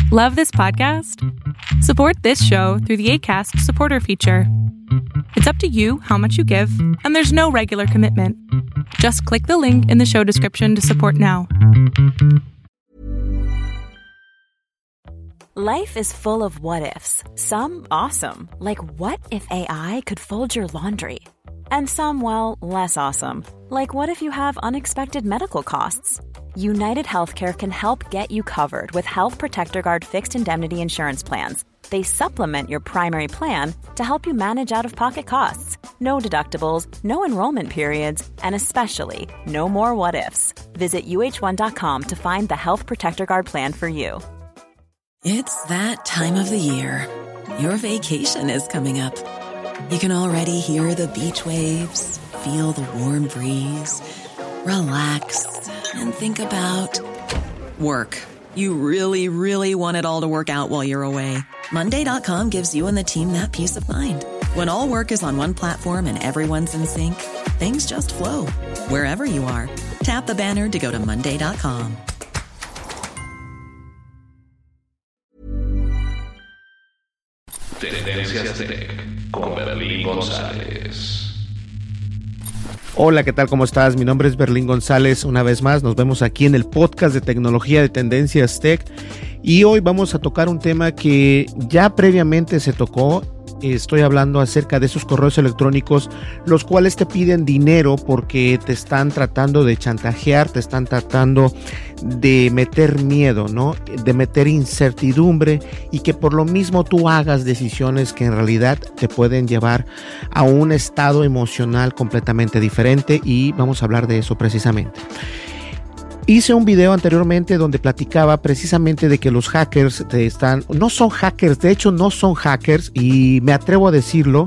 Love this podcast? Support this show through the Acast supporter feature. It's up to you how much you give, and there's no regular commitment. Just click the link in the show description to support now. Life is full of what-ifs. Some awesome, like what if AI could fold your laundry? And some, well, less awesome, like what if you have unexpected medical costs? United Healthcare can help get you covered with Health Protector Guard fixed indemnity insurance plans. They supplement your primary plan to help you manage out-of-pocket costs. No deductibles, no enrollment periods, and especially no more what-ifs. Visit uh1.com to find the Health Protector Guard plan for you. It's that time of the year. Your vacation is coming up. You can already hear the beach waves, feel the warm breeze, relax, and think about work. You really, really want it all to work out while you're away. Monday.com gives you and the team that peace of mind. When all work is on one platform and everyone's in sync, things just flow. Wherever you are, tap the banner to go to Monday.com. Tendencias Tech con Berlín González. Hola, ¿qué tal? ¿Cómo estás? Mi nombre es Berlín González. Una vez más nos vemos aquí en el podcast de tecnología de Tendencias Tech. Y hoy vamos a tocar un tema que ya previamente se tocó. Estoy hablando acerca de esos correos electrónicos, los cuales te piden dinero porque te están tratando de chantajear, te están tratando de meter miedo, ¿no? De meter incertidumbre y que por lo mismo tú hagas decisiones que en realidad te pueden llevar a un estado emocional completamente diferente, y vamos a hablar de eso precisamente. Hice un video anteriormente donde platicaba precisamente de que los hackers no son hackers, de hecho no son hackers, y me atrevo a decirlo,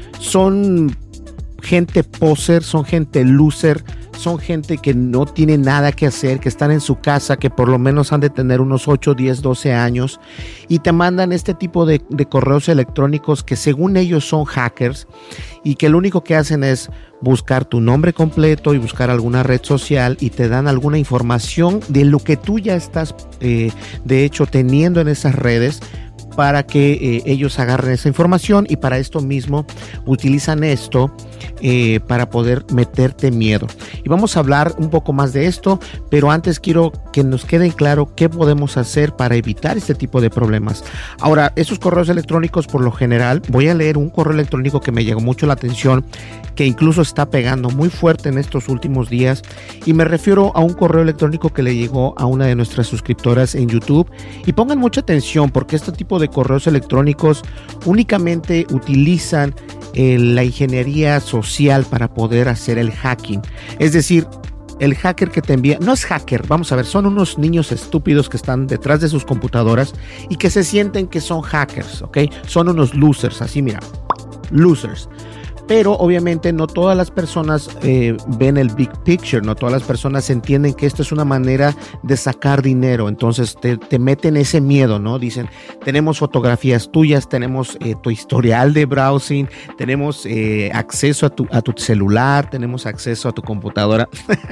son gente poser, son gente loser, son gente que no tiene nada que hacer, que están en su casa, que por lo menos han de tener unos 8, 10, 12 años, y te mandan este tipo de correos electrónicos que según ellos son hackers, y que lo único que hacen es buscar tu nombre completo y buscar alguna red social, y te dan alguna información de lo que tú ya estás de hecho teniendo en esas redes, para que ellos agarren esa información, y para esto mismo utilizan esto para poder meterte miedo. Y vamos a hablar un poco más de esto, pero antes quiero que nos quede claro qué podemos hacer para evitar este tipo de problemas. Ahora, esos correos electrónicos, por lo general, voy a leer un correo electrónico que me llegó mucho la atención, que incluso está pegando muy fuerte en estos últimos días, y me refiero a un correo electrónico que le llegó a una de nuestras suscriptoras en YouTube. Y pongan mucha atención, porque este tipo de correos electrónicos únicamente utilizan la ingeniería social para poder hacer el hacking. Es decir, el hacker que te envía, no es hacker, vamos a ver, son unos niños estúpidos que están detrás de sus computadoras y que se sienten que son hackers, ¿ok? Son unos losers, así mira, losers. Pero obviamente no todas las personas ven el big picture, no todas las personas entienden que esto es una manera de sacar dinero. Entonces te meten ese miedo, ¿no? Dicen, tenemos fotografías tuyas, tenemos tu historial de browsing, tenemos acceso a tu celular, tenemos acceso a tu computadora.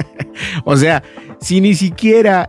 O sea, si ni siquiera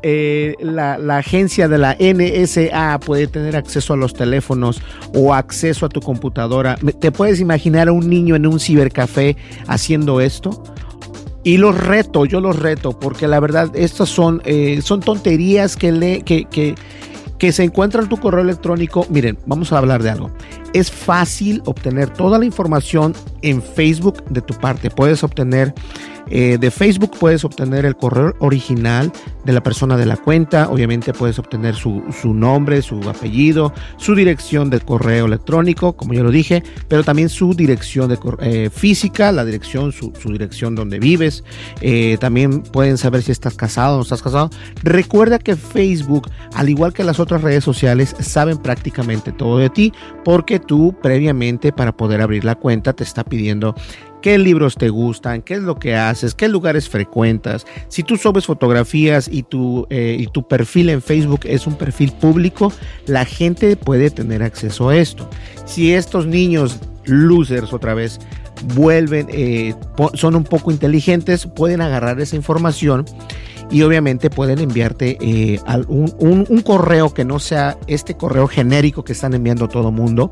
la agencia de la NSA puede tener acceso a los teléfonos o acceso a tu computadora, ¿te puedes imaginar a un niño en un cibercafé haciendo esto? Y yo los reto, porque la verdad estas son tonterías que se encuentran en tu correo electrónico. Miren, vamos a hablar de algo. Es fácil obtener toda la información en Facebook de tu parte. Puedes obtener de Facebook, puedes obtener el correo original de la persona de la cuenta. Obviamente puedes obtener su nombre, su apellido, su dirección de correo electrónico, como yo lo dije, pero también su dirección de física, la dirección, su dirección donde vives. También pueden saber si estás casado o no estás casado. Recuerda que Facebook, al igual que las otras redes sociales, saben prácticamente todo de ti, porque tú previamente, para poder abrir la cuenta, te está pidiendo qué libros te gustan, qué es lo que haces, qué lugares frecuentas. Si tú subes fotografías y tu perfil en Facebook es un perfil público, la gente puede tener acceso a esto. Si estos niños losers otra vez son un poco inteligentes, pueden agarrar esa información y obviamente pueden enviarte un correo que no sea este correo genérico que están enviando todo mundo.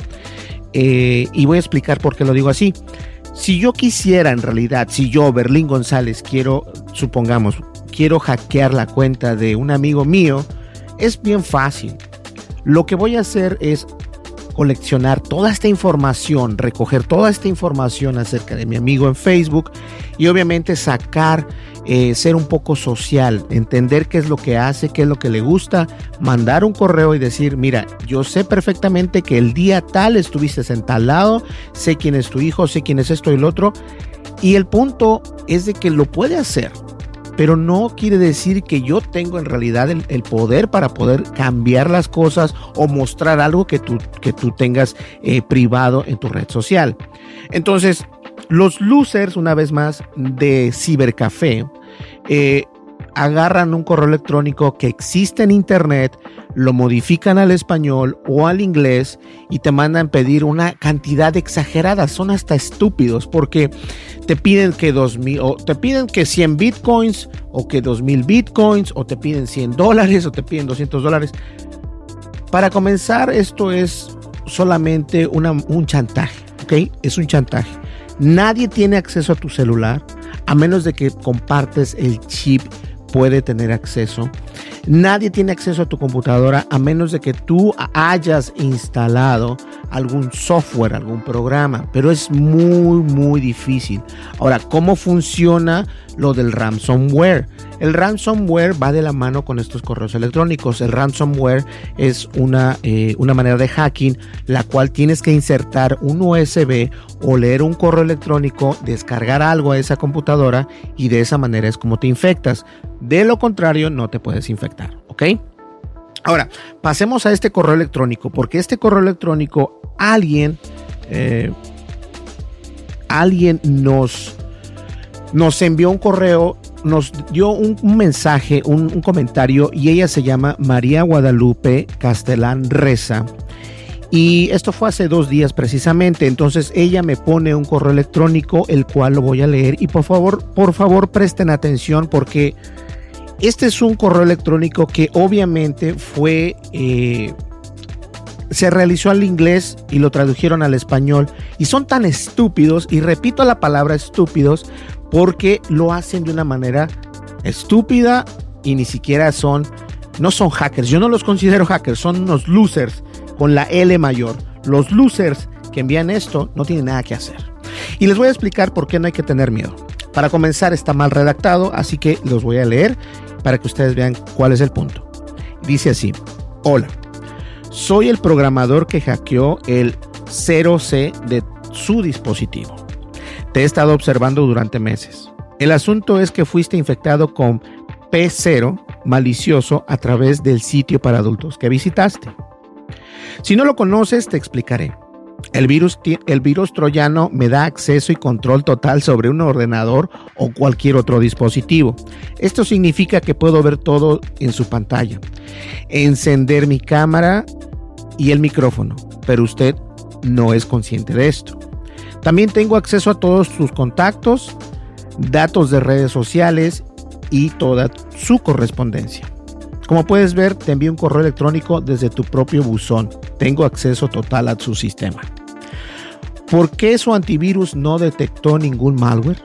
Y voy a explicar por qué lo digo así. Si yo quisiera, en realidad, si yo, Berlín González, quiero hackear la cuenta de un amigo mío, es bien fácil. Lo que voy a hacer es coleccionar toda esta información, recoger toda esta información acerca de mi amigo en Facebook y obviamente ser un poco social, entender qué es lo que hace, qué es lo que le gusta, mandar un correo y decir, mira, yo sé perfectamente que el día tal estuviste en tal lado, sé quién es tu hijo, sé quién es esto y lo otro, y el punto es de que lo puede hacer, pero no quiere decir que yo tengo en realidad el poder para poder cambiar las cosas o mostrar algo que tú tengas privado en tu red social. Entonces, los losers, una vez más, de Cibercafé, agarran un correo electrónico que existe en internet, lo modifican al español o al inglés y te mandan pedir una cantidad exagerada. Son hasta estúpidos porque te piden que 2,000 o te piden que 100 bitcoins o que 2,000 bitcoins o te piden $100 o te piden $200. Para comenzar, esto es solamente un chantaje, ¿ok? Es un chantaje. Nadie tiene acceso a tu celular a menos de que compartes el chip. Puede tener acceso. Nadie tiene acceso a tu computadora a menos de que tú hayas instalado algún software, algún programa, pero es muy, muy difícil. Ahora, ¿cómo funciona lo del ransomware? El ransomware va de la mano con estos correos electrónicos. El ransomware es una manera de hacking, la cual tienes que insertar un USB o leer un correo electrónico, descargar algo a esa computadora y de esa manera es como te infectas. De lo contrario, no te puedes infectar, ¿ok? Ahora, pasemos a este correo electrónico, porque este correo electrónico, alguien nos envió un correo, nos dio un mensaje, un comentario, y ella se llama María Guadalupe Castellán Reza. Y esto fue hace 2 días precisamente. Entonces ella me pone un correo electrónico, el cual lo voy a leer. Y por favor presten atención, porque este es un correo electrónico que obviamente se realizó al inglés y lo tradujeron al español. Y son tan estúpidos, y repito la palabra estúpidos, porque lo hacen de una manera estúpida y ni siquiera no son hackers. Yo no los considero hackers, son unos losers con la L mayor. Los losers que envían esto no tienen nada que hacer. Y les voy a explicar por qué no hay que tener miedo. Para comenzar, está mal redactado, así que los voy a leer para que ustedes vean cuál es el punto. Dice así: hola, soy el programador que hackeó el 0C de su dispositivo. Te he estado observando durante meses. El asunto es que fuiste infectado con P0 malicioso a través del sitio para adultos que visitaste. Si no lo conoces, te explicaré. El virus troyano me da acceso y control total sobre un ordenador o cualquier otro dispositivo. Esto significa que puedo ver todo en su pantalla, encender mi cámara y el micrófono, pero usted no es consciente de esto. También tengo acceso a todos sus contactos, datos de redes sociales y toda su correspondencia. Como puedes ver, te envío un correo electrónico desde tu propio buzón. Tengo acceso total a su sistema. ¿Por qué su antivirus no detectó ningún malware?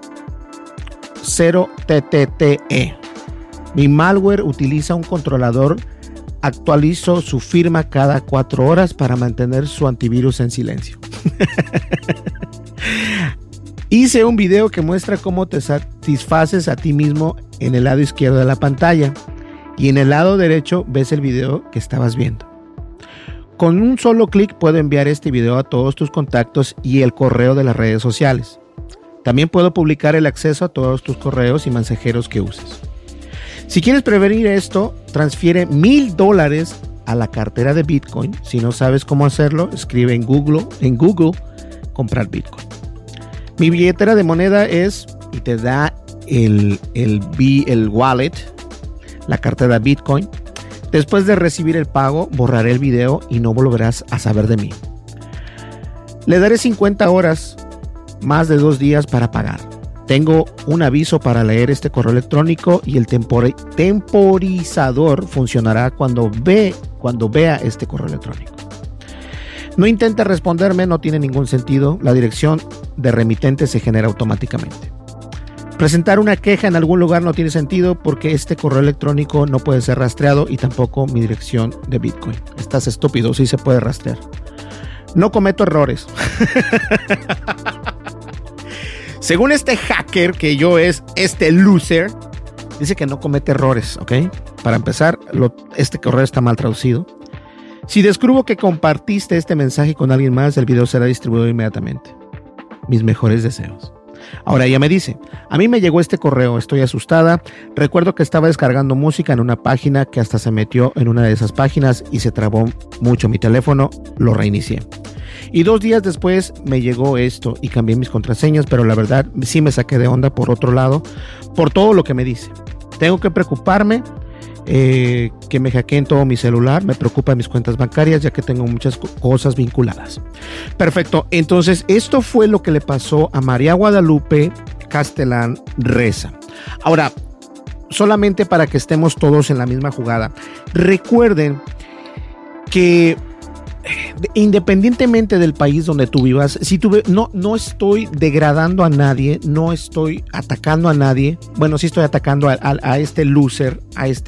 0TTTE. Mi malware utiliza un controlador. Actualizo su firma cada 4 horas para mantener su antivirus en silencio. Hice un video que muestra cómo te satisfaces a ti mismo en el lado izquierdo de la pantalla y en el lado derecho ves el video que estabas viendo. Con un solo clic puedo enviar este video a todos tus contactos y el correo de las redes sociales. También puedo publicar el acceso a todos tus correos y mensajeros que uses. Si quieres prevenir esto, transfiere $1,000 a la cartera de Bitcoin. Si no sabes cómo hacerlo, escribe en Google comprar Bitcoin. Mi billetera de moneda es, y te da el wallet, la cartera Bitcoin. Después de recibir el pago, borraré el video y no volverás a saber de mí. Le daré 50 horas, más de 2 días para pagar. Tengo un aviso para leer este correo electrónico y el temporizador funcionará cuando vea este correo electrónico. No intente responderme, no tiene ningún sentido. La dirección de remitente se genera automáticamente. Presentar una queja en algún lugar no tiene sentido porque este correo electrónico no puede ser rastreado y tampoco mi dirección de Bitcoin. Estás estúpido, sí se puede rastrear. No cometo errores. Según este hacker, que yo es este loser, dice que no comete errores, ¿ok? Para empezar, este correo está mal traducido. Si descubro que compartiste este mensaje con alguien más, el video será distribuido inmediatamente. Mis mejores deseos. Ahora ella me dice, a mí me llegó este correo, estoy asustada. Recuerdo que estaba descargando música en una página que hasta se metió en una de esas páginas y se trabó mucho mi teléfono, lo reinicié. Y 2 días después me llegó esto y cambié mis contraseñas, pero la verdad sí me saqué de onda por otro lado, por todo lo que me dice. Tengo que preocuparme que me hackeen todo mi celular, me preocupan mis cuentas bancarias ya que tengo muchas cosas vinculadas. Perfecto, entonces esto fue lo que le pasó a María Guadalupe Castellán Reza. Ahora, solamente para que estemos todos en la misma jugada, recuerden que independientemente del país donde tú vivas, si tú no estoy degradando a nadie, no estoy atacando a nadie. Bueno, sí estoy atacando a este loser,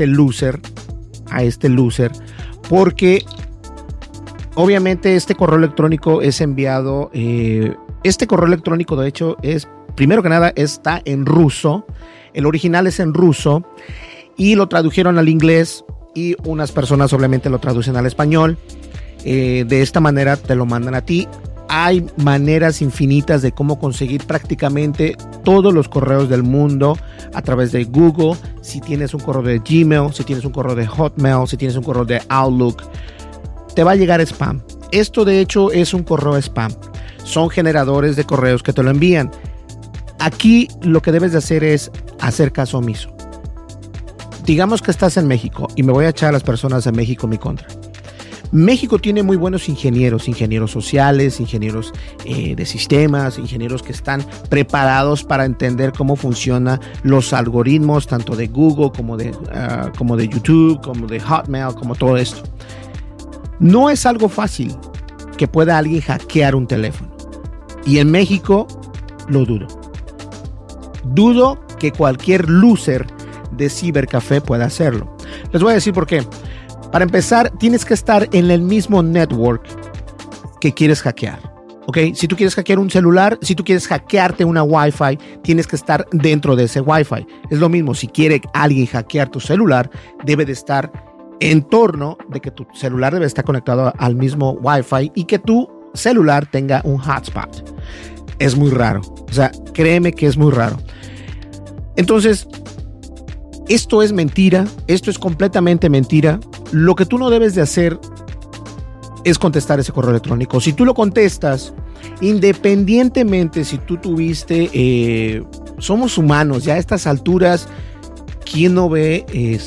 porque obviamente este correo electrónico es enviado. Este correo electrónico, de hecho, primero que nada está en ruso. El original es en ruso y lo tradujeron al inglés y unas personas obviamente lo traducen al español. De esta manera te lo mandan a ti. Hay maneras infinitas de cómo conseguir prácticamente todos los correos del mundo a través de Google. Si tienes un correo de Gmail, si tienes un correo de Hotmail, si tienes un correo de Outlook, te va a llegar spam. Esto de hecho es un correo spam. Son generadores de correos que te lo envían. Aquí lo que debes de hacer es hacer caso omiso. Digamos que estás en México y me voy a echar a las personas de México en mi contra. México tiene muy buenos ingenieros sociales, ingenieros de sistemas, ingenieros que están preparados para entender cómo funcionan los algoritmos, tanto de Google como de YouTube, como de Hotmail, como todo esto. No es algo fácil que pueda alguien hackear un teléfono. Y en México lo dudo. Dudo que cualquier loser de cibercafé pueda hacerlo. Les voy a decir por qué. Para empezar, tienes que estar en el mismo network que quieres hackear, ¿ok? Si tú quieres hackear un celular, si tú quieres hackearte una Wi-Fi, tienes que estar dentro de ese Wi-Fi. Es lo mismo, si quiere alguien hackear tu celular, debe de estar en torno de que tu celular debe estar conectado al mismo Wi-Fi y que tu celular tenga un hotspot. Es muy raro, o sea, créeme que es muy raro. Entonces, esto es mentira, esto es completamente mentira. Lo que tú no debes de hacer es contestar ese correo electrónico. Si tú lo contestas, independientemente si tú tuviste, somos humanos, ya a estas alturas, ¿quién no ve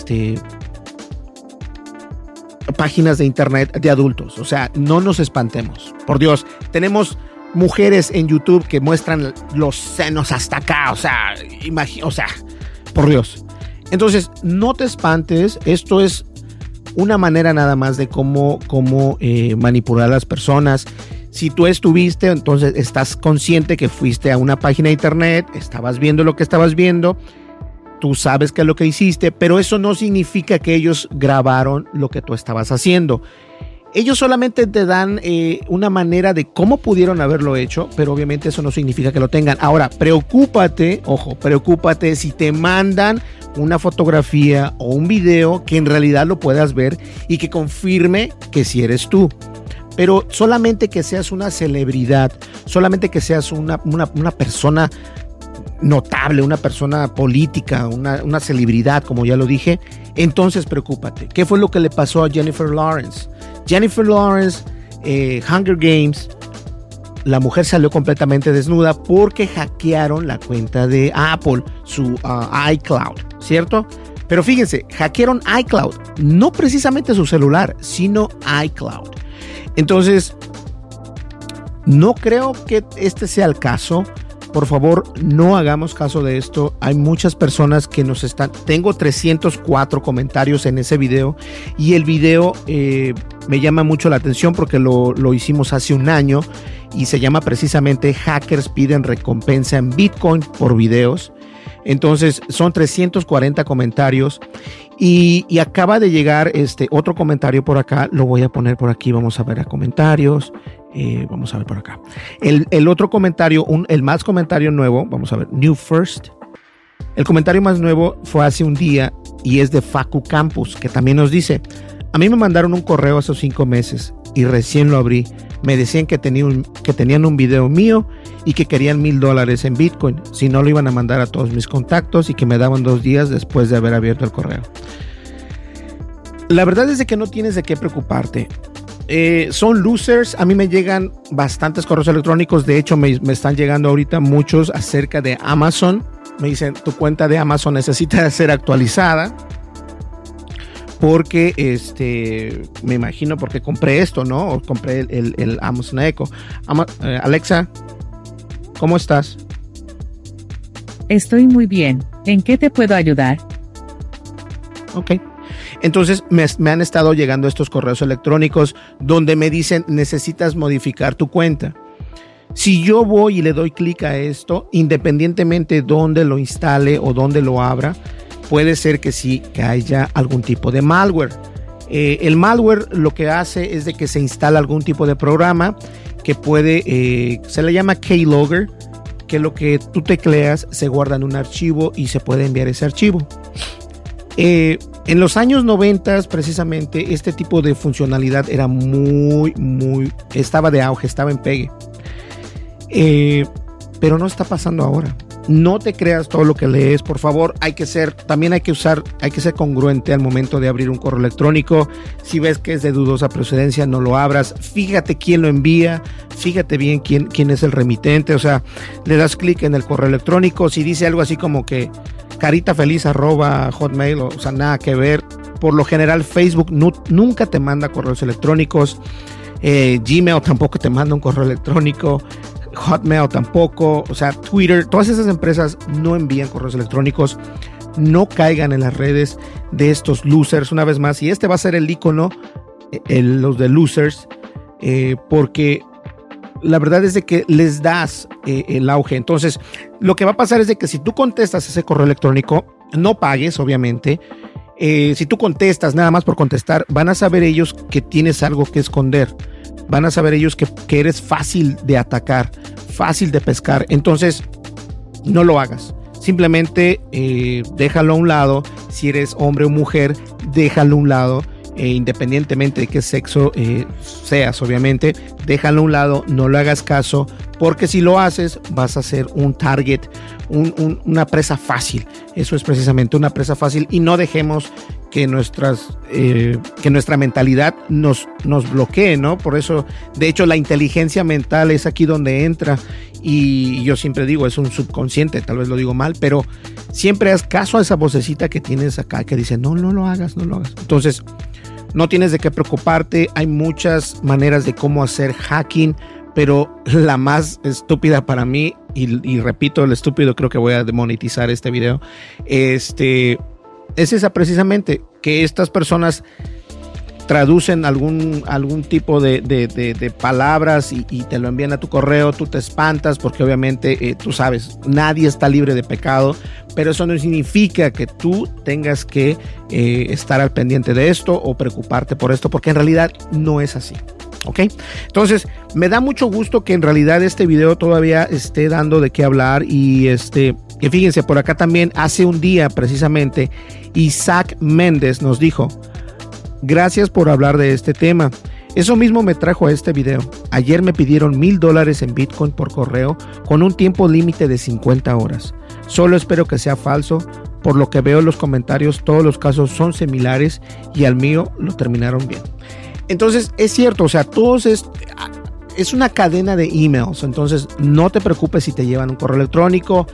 páginas de internet de adultos? O sea, no nos espantemos. Por Dios, tenemos mujeres en YouTube que muestran los senos hasta acá. O sea, por Dios. Entonces, no te espantes. Esto es una manera nada más de cómo manipular a las personas. Si tú estuviste, entonces estás consciente que fuiste a una página de internet, estabas viendo lo que estabas viendo, tú sabes qué es lo que hiciste, pero eso no significa que ellos grabaron lo que tú estabas haciendo. Ellos solamente te dan una manera de cómo pudieron haberlo hecho, pero obviamente eso no significa que lo tengan. Ahora, preocúpate si te mandan una fotografía o un video que en realidad lo puedas ver y que confirme que si eres tú. Pero solamente que seas una celebridad, solamente que seas una persona notable, una persona política, una celebridad, como ya lo dije, entonces preocúpate. ¿Qué fue lo que le pasó a Jennifer Lawrence? Jennifer Lawrence, Hunger Games, la mujer salió completamente desnuda porque hackearon la cuenta de Apple, su iCloud, ¿cierto? Pero fíjense, hackearon iCloud, no precisamente su celular, sino iCloud. Entonces, no creo que este sea el caso. por favor, no hagamos caso de esto. Hay muchas personas que nos están... Tengo 304 comentarios en ese video y el video me llama mucho la atención porque lo hicimos hace un año y se llama precisamente Hackers piden recompensa en Bitcoin por videos. Entonces son 340 comentarios y acaba de llegar otro comentario por acá. Lo voy a poner por aquí, vamos a ver a comentarios. Vamos a ver por acá. El otro comentario, el más comentario nuevo, vamos a ver, New First. El comentario más nuevo fue hace un día y es de Facu Campus, que también nos dice: a mí me mandaron un correo hace 5 meses y recién lo abrí. Me decían que tenían un video mío y que querían $1,000 en Bitcoin. Si no, lo iban a mandar a todos mis contactos y que me daban 2 días después de haber abierto el correo. La verdad es de que no tienes de qué preocuparte. Son losers. A mí me llegan bastantes correos electrónicos. De hecho, me están llegando ahorita muchos acerca de Amazon. Me dicen: tu cuenta de Amazon necesita ser actualizada porque me imagino porque compré esto, ¿no? O compré el Amazon Echo. Alexa, ¿cómo estás? Estoy muy bien. ¿En qué te puedo ayudar? Ok. Entonces me han estado llegando estos correos electrónicos donde me dicen: necesitas modificar tu cuenta. Si yo voy y le doy clic a esto, independientemente de dónde lo instale o dónde lo abra, puede ser que sí que haya algún tipo de malware. El malware lo que hace es de que se instala algún tipo de programa que puede, se le llama keylogger, que lo que tú tecleas se guarda en un archivo y se puede enviar ese archivo. En los años 90 precisamente este tipo de funcionalidad era estaba de auge, estaba en pegue. Pero no está pasando ahora. No te creas todo lo que lees, por favor. Hay que ser congruente al momento de abrir un correo electrónico. Si ves que es de dudosa procedencia, no lo abras. Fíjate quién lo envía, fíjate bien quién es el remitente. O sea, le das clic en el correo electrónico. Si dice algo así como que caritafeliz@hotmail, o sea, nada que ver. Por lo general, Facebook nunca te manda correos electrónicos. Gmail tampoco te manda un correo electrónico. Hotmail tampoco, o sea, Twitter, todas esas empresas no envían correos electrónicos. No caigan en las redes de estos losers una vez más. Y va a ser el icono, los de losers, porque la verdad es de que les das el auge. Entonces, lo que va a pasar es de que si tú contestas ese correo electrónico, no pagues, obviamente. Si tú contestas nada más por contestar, van a saber ellos que tienes algo que esconder. Van a saber ellos que eres fácil de atacar, fácil de pescar. Entonces, no lo hagas. Simplemente déjalo a un lado. Si eres hombre o mujer, déjalo a un lado. Independientemente de qué sexo seas, obviamente, déjalo a un lado. No le hagas caso, porque si lo haces, vas a ser un target, una presa fácil. Eso es precisamente una presa fácil. Y no dejemos que nuestra mentalidad nos bloquee, ¿no? Por eso, de hecho, la inteligencia mental es aquí donde entra. Y yo siempre digo, es un subconsciente, tal vez lo digo mal, pero siempre haz caso a esa vocecita que tienes acá que dice: no lo hagas, no lo hagas. Entonces, no tienes de qué preocuparte. Hay muchas maneras de cómo hacer hacking, pero la más estúpida para mí, y repito, el estúpido, creo que voy a demonetizar este video, es esa precisamente, que estas personas traducen algún tipo de palabras y te lo envían a tu correo. Tú te espantas porque obviamente tú sabes, nadie está libre de pecado, pero eso no significa que tú tengas que estar al pendiente de esto o preocuparte por esto, porque en realidad no es así. ¿Ok? Entonces, me da mucho gusto que en realidad este video todavía esté dando de qué hablar. Y que fíjense, por acá también hace un día precisamente Isaac Méndez nos dijo: gracias por hablar de este tema. Eso mismo me trajo a este video. Ayer me pidieron $1,000 en Bitcoin por correo con un tiempo límite de 50 horas. Solo espero que sea falso. Por lo que veo en los comentarios, todos los casos son similares y al mío lo terminaron bien. Entonces, es cierto, o sea, todos es una cadena de emails. Entonces, no te preocupes si te llevan un correo electrónico.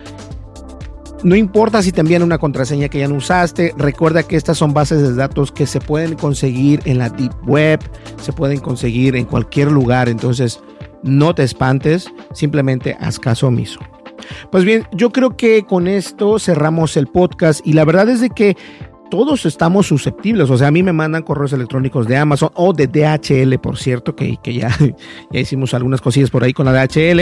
No importa si te envían una contraseña que ya no usaste. Recuerda que estas son bases de datos que se pueden conseguir en la Deep Web, se pueden conseguir en cualquier lugar. Entonces, no te espantes, simplemente haz caso omiso. Pues bien, yo creo que con esto cerramos el podcast y la verdad es de que todos estamos susceptibles. O sea, a mí me mandan correos electrónicos de Amazon o de DHL, por cierto, que ya hicimos algunas cosillas por ahí con la DHL.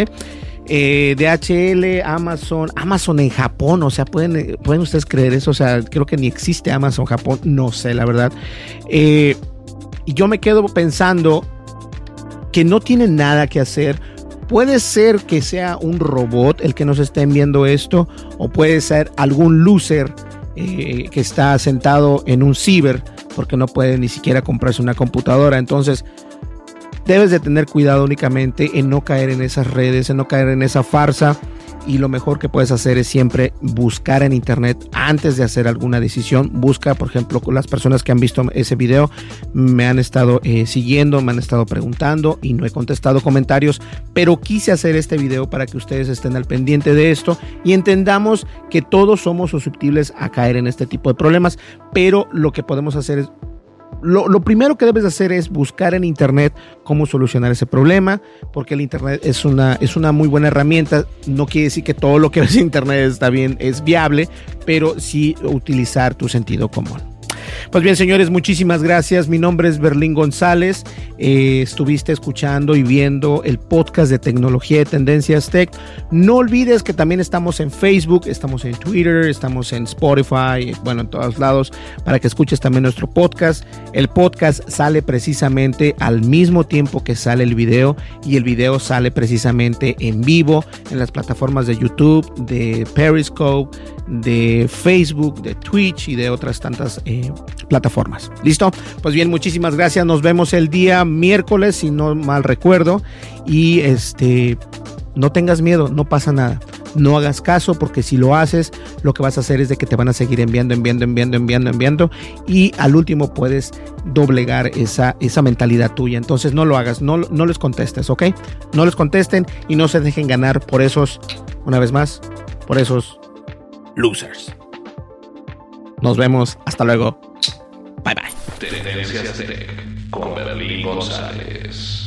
DHL, Amazon en Japón, o sea, ¿pueden ustedes creer eso? O sea, creo que ni existe Amazon Japón, no sé, la verdad. Y yo me quedo pensando que no tienen nada que hacer. Puede ser que sea un robot el que nos esté enviando esto, o puede ser algún loser que está sentado en un ciber porque no puede ni siquiera comprarse una computadora. Entonces debes de tener cuidado únicamente en no caer en esas redes, en no caer en esa farsa, y lo mejor que puedes hacer es siempre buscar en internet antes de hacer alguna decisión. Busca, por ejemplo, con las personas que han visto ese video, me han estado siguiendo, me han estado preguntando y no he contestado comentarios, pero quise hacer este video para que ustedes estén al pendiente de esto y entendamos que todos somos susceptibles a caer en este tipo de problemas, pero lo que podemos hacer es Lo primero que debes hacer es buscar en internet cómo solucionar ese problema, porque el internet es una muy buena herramienta. No quiere decir que todo lo que ves en internet está bien, es viable, pero sí utilizar tu sentido común. Pues bien, señores, muchísimas gracias. Mi nombre es Berlín González. Estuviste escuchando y viendo el podcast de Tecnología de Tendencias Tech. No olvides que también estamos en Facebook, estamos en Twitter, estamos en Spotify, bueno, en todos lados, para que escuches también nuestro podcast. El podcast sale precisamente al mismo tiempo que sale el video, y el video sale precisamente en vivo en las plataformas de YouTube, de Periscope, de Facebook, de Twitch y de otras tantas plataformas. ¿Listo? Pues bien, muchísimas gracias. Nos vemos el día miércoles, si no mal recuerdo. Y no tengas miedo, no pasa nada. No hagas caso, porque si lo haces, lo que vas a hacer es de que te van a seguir enviando, y al último puedes doblegar esa mentalidad tuya. Entonces no lo hagas, no les contestes, ¿ok? No les contesten y no se dejen ganar por esos, una vez más, por esos losers. Nos vemos, hasta luego. Bye bye. Tendencias Tech con Berlín González.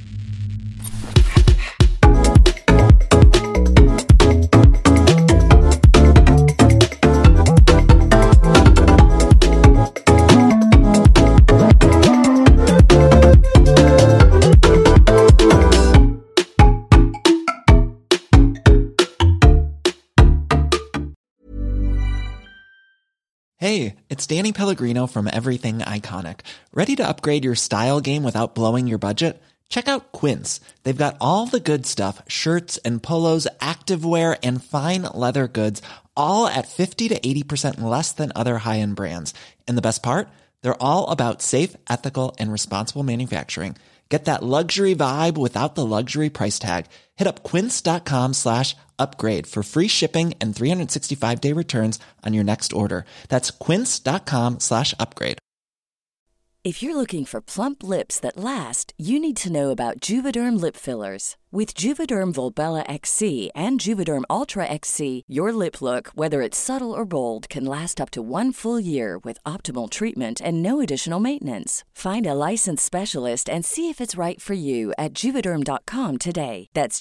Hey, it's Danny Pellegrino from Everything Iconic. Ready to upgrade your style game without blowing your budget? Check out Quince. They've got all the good stuff, shirts and polos, activewear, and fine leather goods, all at 50 to 80% less than other high-end brands. And the best part? They're all about safe, ethical, and responsible manufacturing. Get that luxury vibe without the luxury price tag. Hit up quince.com/upgrade for free shipping and 365-day returns on your next order. That's quince.com/upgrade. If you're looking for plump lips that last, you need to know about Juvederm lip fillers. With Juvederm Volbella XC and Juvederm Ultra XC, your lip look, whether it's subtle or bold, can last up to 1 full year with optimal treatment and no additional maintenance. Find a licensed specialist and see if it's right for you at Juvederm.com today. That's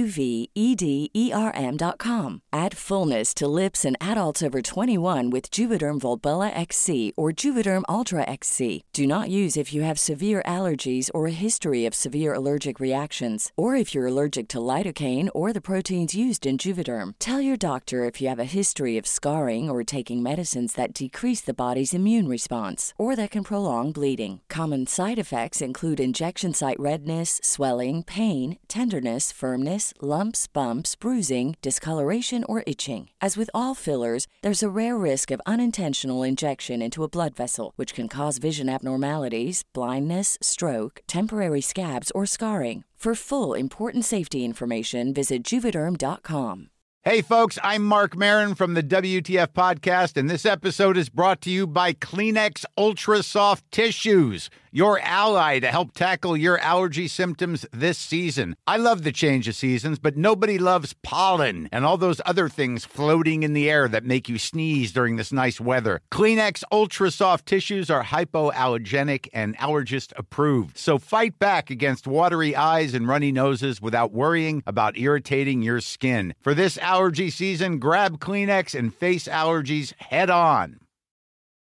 JUVEDERM.com. Add fullness to lips in adults over 21 with Juvederm Volbella XC or Juvederm Ultra XC. Do not use if you have severe allergies or a history of severe allergic reactions, or if you're allergic to lidocaine or the proteins used in Juvederm. Tell your doctor if you have a history of scarring or taking medicines that decrease the body's immune response or that can prolong bleeding. Common side effects include injection site redness, swelling, pain, tenderness, firmness, lumps, bumps, bruising, discoloration, or itching. As with all fillers, there's a rare risk of unintentional injection into a blood vessel, which can cause vision abnormalities, blindness, stroke, temporary scabs, or scarring. For full, important safety information, visit Juvederm.com. Hey, folks, I'm Mark Maron from the WTF Podcast, and this episode is brought to you by Kleenex Ultra Soft Tissues, your ally to help tackle your allergy symptoms this season. I love the change of seasons, but nobody loves pollen and all those other things floating in the air that make you sneeze during this nice weather. Kleenex Ultra Soft Tissues are hypoallergenic and allergist approved. So fight back against watery eyes and runny noses without worrying about irritating your skin. For this allergy season, grab Kleenex and face allergies head on.